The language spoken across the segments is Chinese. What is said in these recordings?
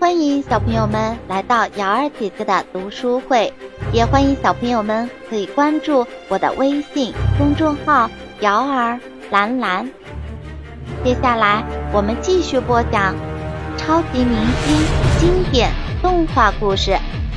欢迎小朋友们来到瑶儿姐姐的读书会，也欢迎小朋友们可以关注我的微信公众号瑶儿蓝蓝。接下来我们继续播讲超级明星经典动画故事。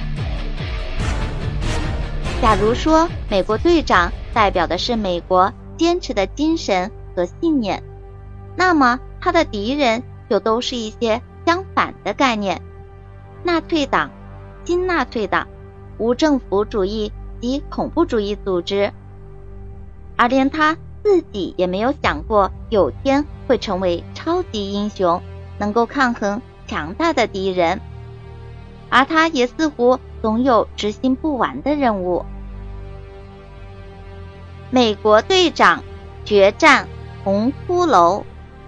假如说美国队长代表的是美国坚持的精神和信念，那么他的敌人就都是一些相反的概念，纳粹党、新纳粹党、无政府主义及恐怖主义组织，而连他自己也没有想过有天会成为超级英雄，能够抗衡强大的敌人，而他也似乎总有执行不完的任务。美国队长决战红骷髅。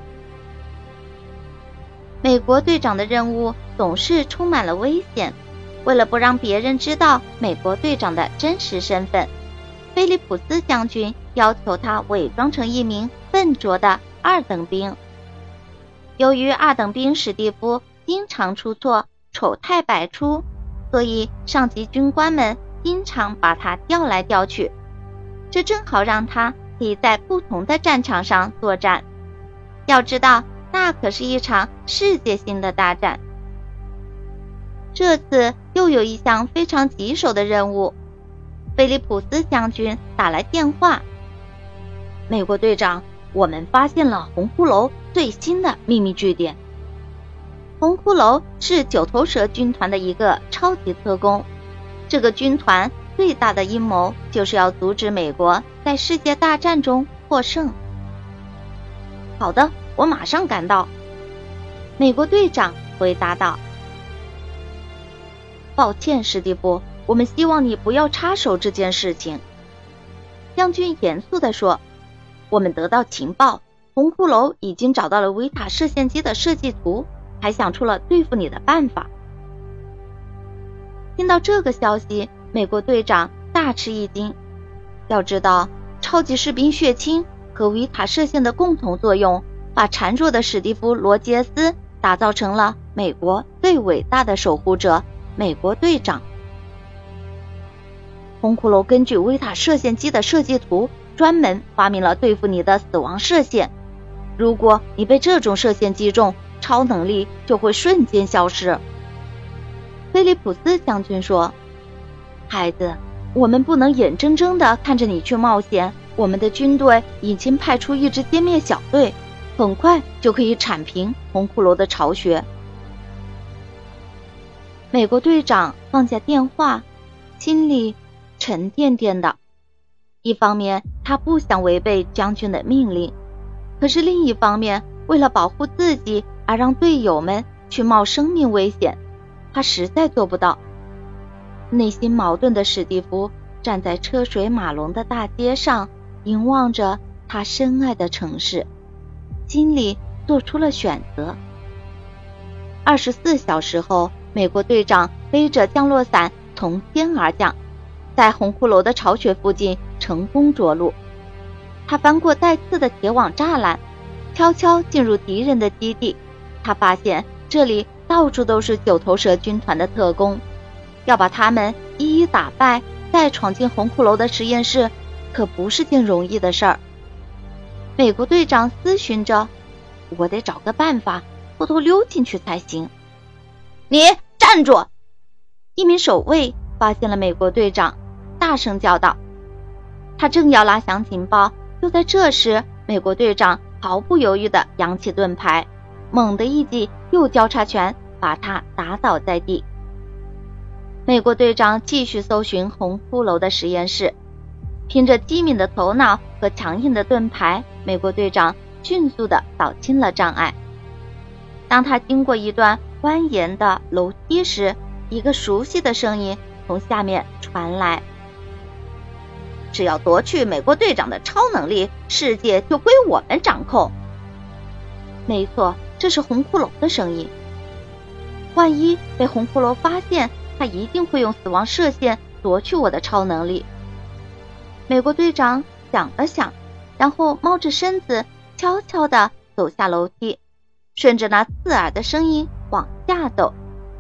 美国队长的任务总是充满了危险，为了不让别人知道美国队长的真实身份，菲利普斯将军要求他伪装成一名笨拙的二等兵。由于二等兵史蒂夫经常出错，丑态百出，所以上级军官们经常把他调来调去，这正好让他可以在不同的战场上作战。要知道，那可是一场世界性的大战。这次又有一项非常棘手的任务，菲利普斯将军打来电话。 美国队长，我们发现了红骷髅最新的秘密据点。 红骷髅是九头蛇军团的一个超级特工，这个军团最大的阴谋就是要阻止美国在世界大战中获胜。 好的，我马上赶到。 美国队长回答道。 抱歉，史蒂夫，我们希望你不要插手这件事情。 将军严肃地说， 我们得到情报，红骷髅已经找到了维塔射线机的设计图，还想出了对付你的办法。 听到这个消息，美国队长大吃一惊。要知道，超级士兵血清和维塔射线的共同作用，把孱弱的史蒂夫·罗杰斯打造成了美国最伟大的守护者——美国队长。 红骷髅根据维塔射线机的设计图，专门发明了对付你的死亡射线。如果你被这种射线击中，超能力就会瞬间消失。 菲利普斯将军说， 孩子，我们不能眼睁睁地看着你去冒险，我们的军队已经派出一支歼灭小队，很快就可以铲平红骷髅的巢穴。 美国队长放下电话，心里沉甸甸的。一方面他不想违背将军的命令，可是另一方面为了保护自己而让队友们去冒生命危险，他实在做不到。内心矛盾的史蒂夫站在车水马龙的大街上，凝望着他深爱的城市，心里做出了选择。24小时后，美国队长背着降落伞从天而降，在红骷髅的巢穴附近成功着陆。他翻过带刺的铁网栅栏，悄悄进入敌人的基地。他发现这里到处都是九头蛇军团的特工，要把他们一一打败，再闯进红骷髅的实验室，可不是件容易的事儿。美国队长思寻着，我得找个办法偷偷溜进去才行。 你站住！ 一名守卫发现了美国队长，大声叫道。他正要拉响警报，就在这时，美国队长毫不犹豫地扬起盾牌，猛地一击右交叉拳，把他打倒在地。美国队长继续搜寻红骷髅的实验室，凭着机敏的头脑和强硬的盾牌，美国队长迅速地扫清了障碍。当他经过一段蜿蜒的楼梯时，一个熟悉的声音从下面传来， 只要夺去美国队长的超能力，世界就归我们掌控。 没错，这是红骷髅的声音。万一被红骷髅发现，他一定会用死亡射线夺去我的超能力。美国队长想了想，然后猫着身子悄悄地走下楼梯，顺着那刺耳的声音往下走。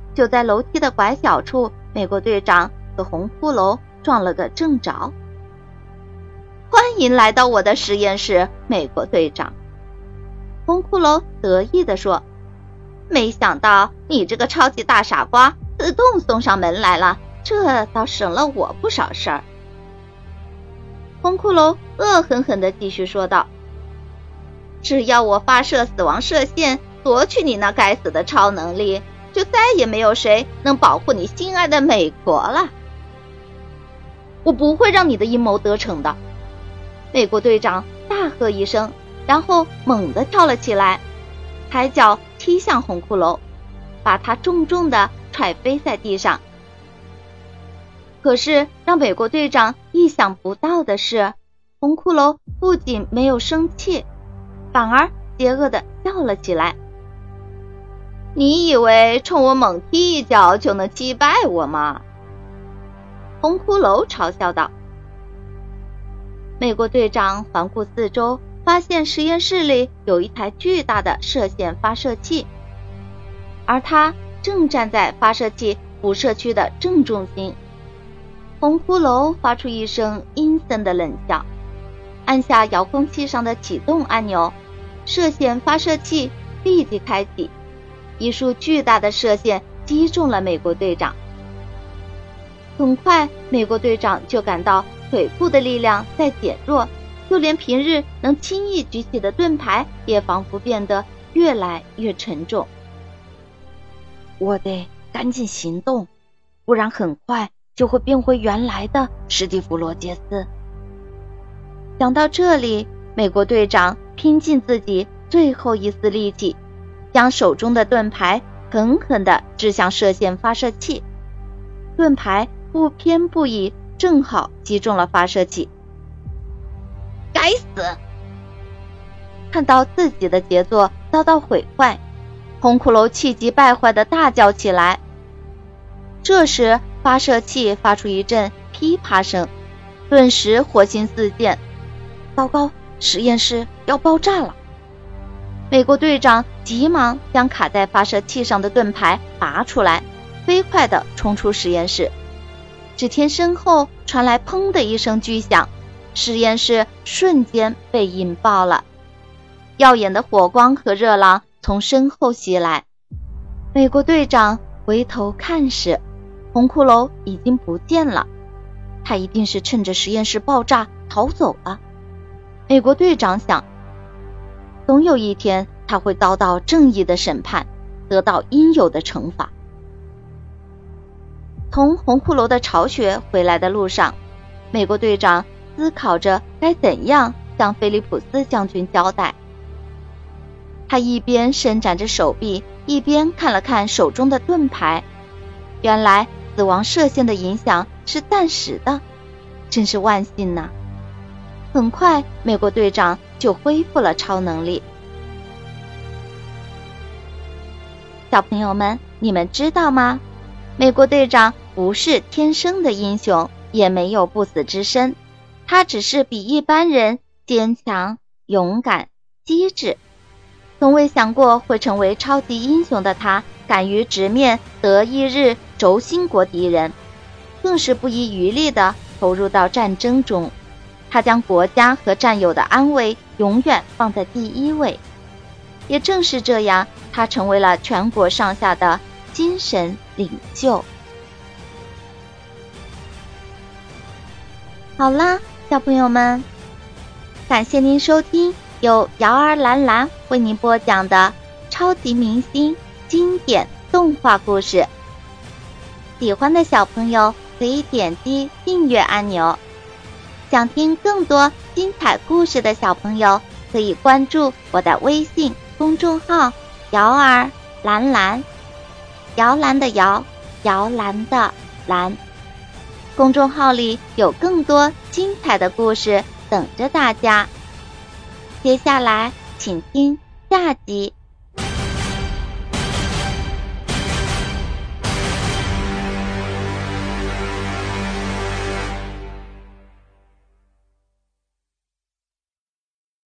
就在楼梯的拐角处，美国队长和红骷髅撞了个正着。欢迎来到我的实验室，美国队长。红骷髅得意地说，没想到你这个超级大傻瓜自动送上门来了，这倒省了我不少事儿。红骷髅恶狠狠地继续说道，只要我发射死亡射线夺取你那该死的超能力，就再也没有谁能保护你心爱的美国了。我不会让你的阴谋得逞的。美国队长大喝一声，然后猛地跳了起来，抬脚踢向红骷髅，把他重重地踹飞在地上。可是让美国队长意想不到的是，红骷髅不仅没有生气，反而邪恶地笑了起来。你以为冲我猛踢一脚就能击败我吗？红骷髅嘲笑道。美国队长环顾四周，发现实验室里有一台巨大的射线发射器，而他正站在发射器辐射区的正中心。红骷髅发出一声阴森的冷笑，按下遥控器上的启动按钮，射线发射器立即开启，一束巨大的射线击中了美国队长。很快，美国队长就感到腿部的力量在减弱，就连平日能轻易举起的盾牌也仿佛变得越来越沉重。 我得赶紧行动，不然很快就会变回原来的史蒂夫·罗杰斯。 想到这里，美国队长拼尽自己最后一丝力气，将手中的盾牌狠狠地掷向射线发射器。盾牌不偏不倚，正好击中了发射器。该死！看到自己的杰作遭到毁坏，红骷髅气急败坏地大叫起来。这时发射器发出一阵噼啪声，顿时火星四溅。 糟糕，实验室要爆炸了！ 美国队长急忙将卡在发射器上的盾牌拔出来，飞快地冲出实验室。只听身后传来砰的一声巨响，实验室瞬间被引爆了。耀眼的火光和热浪从身后袭来。美国队长回头看时，红骷髅已经不见了，他一定是趁着实验室爆炸逃走了。美国队长想，总有一天他会遭到正义的审判，得到应有的惩罚。从红骷髅的巢穴回来的路上，美国队长思考着该怎样向菲利普斯将军交代。他一边伸展着手臂，一边看了看手中的盾牌。原来死亡射线的影响是暂时的，真是万幸呐！很快，美国队长就恢复了超能力。小朋友们，你们知道吗？美国队长不是天生的英雄，也没有不死之身，他只是比一般人坚强、勇敢、机智。从未想过会成为超级英雄的他，敢于直面德意日轴心国敌人，更是不遗余力地投入到战争中。他将国家和战友的安危永远放在第一位。也正是这样，他成为了全国上下的精神领袖。好啦，小朋友们，感谢您收听由瑶儿兰兰为您播讲的超级明星经典动画故事。喜欢的小朋友可以点击订阅按钮，想听更多精彩故事的小朋友可以关注我的微信公众号瑶儿兰兰，摇篮的摇，摇篮的篮。公众号里有更多精彩的故事等着大家。接下来请听下集。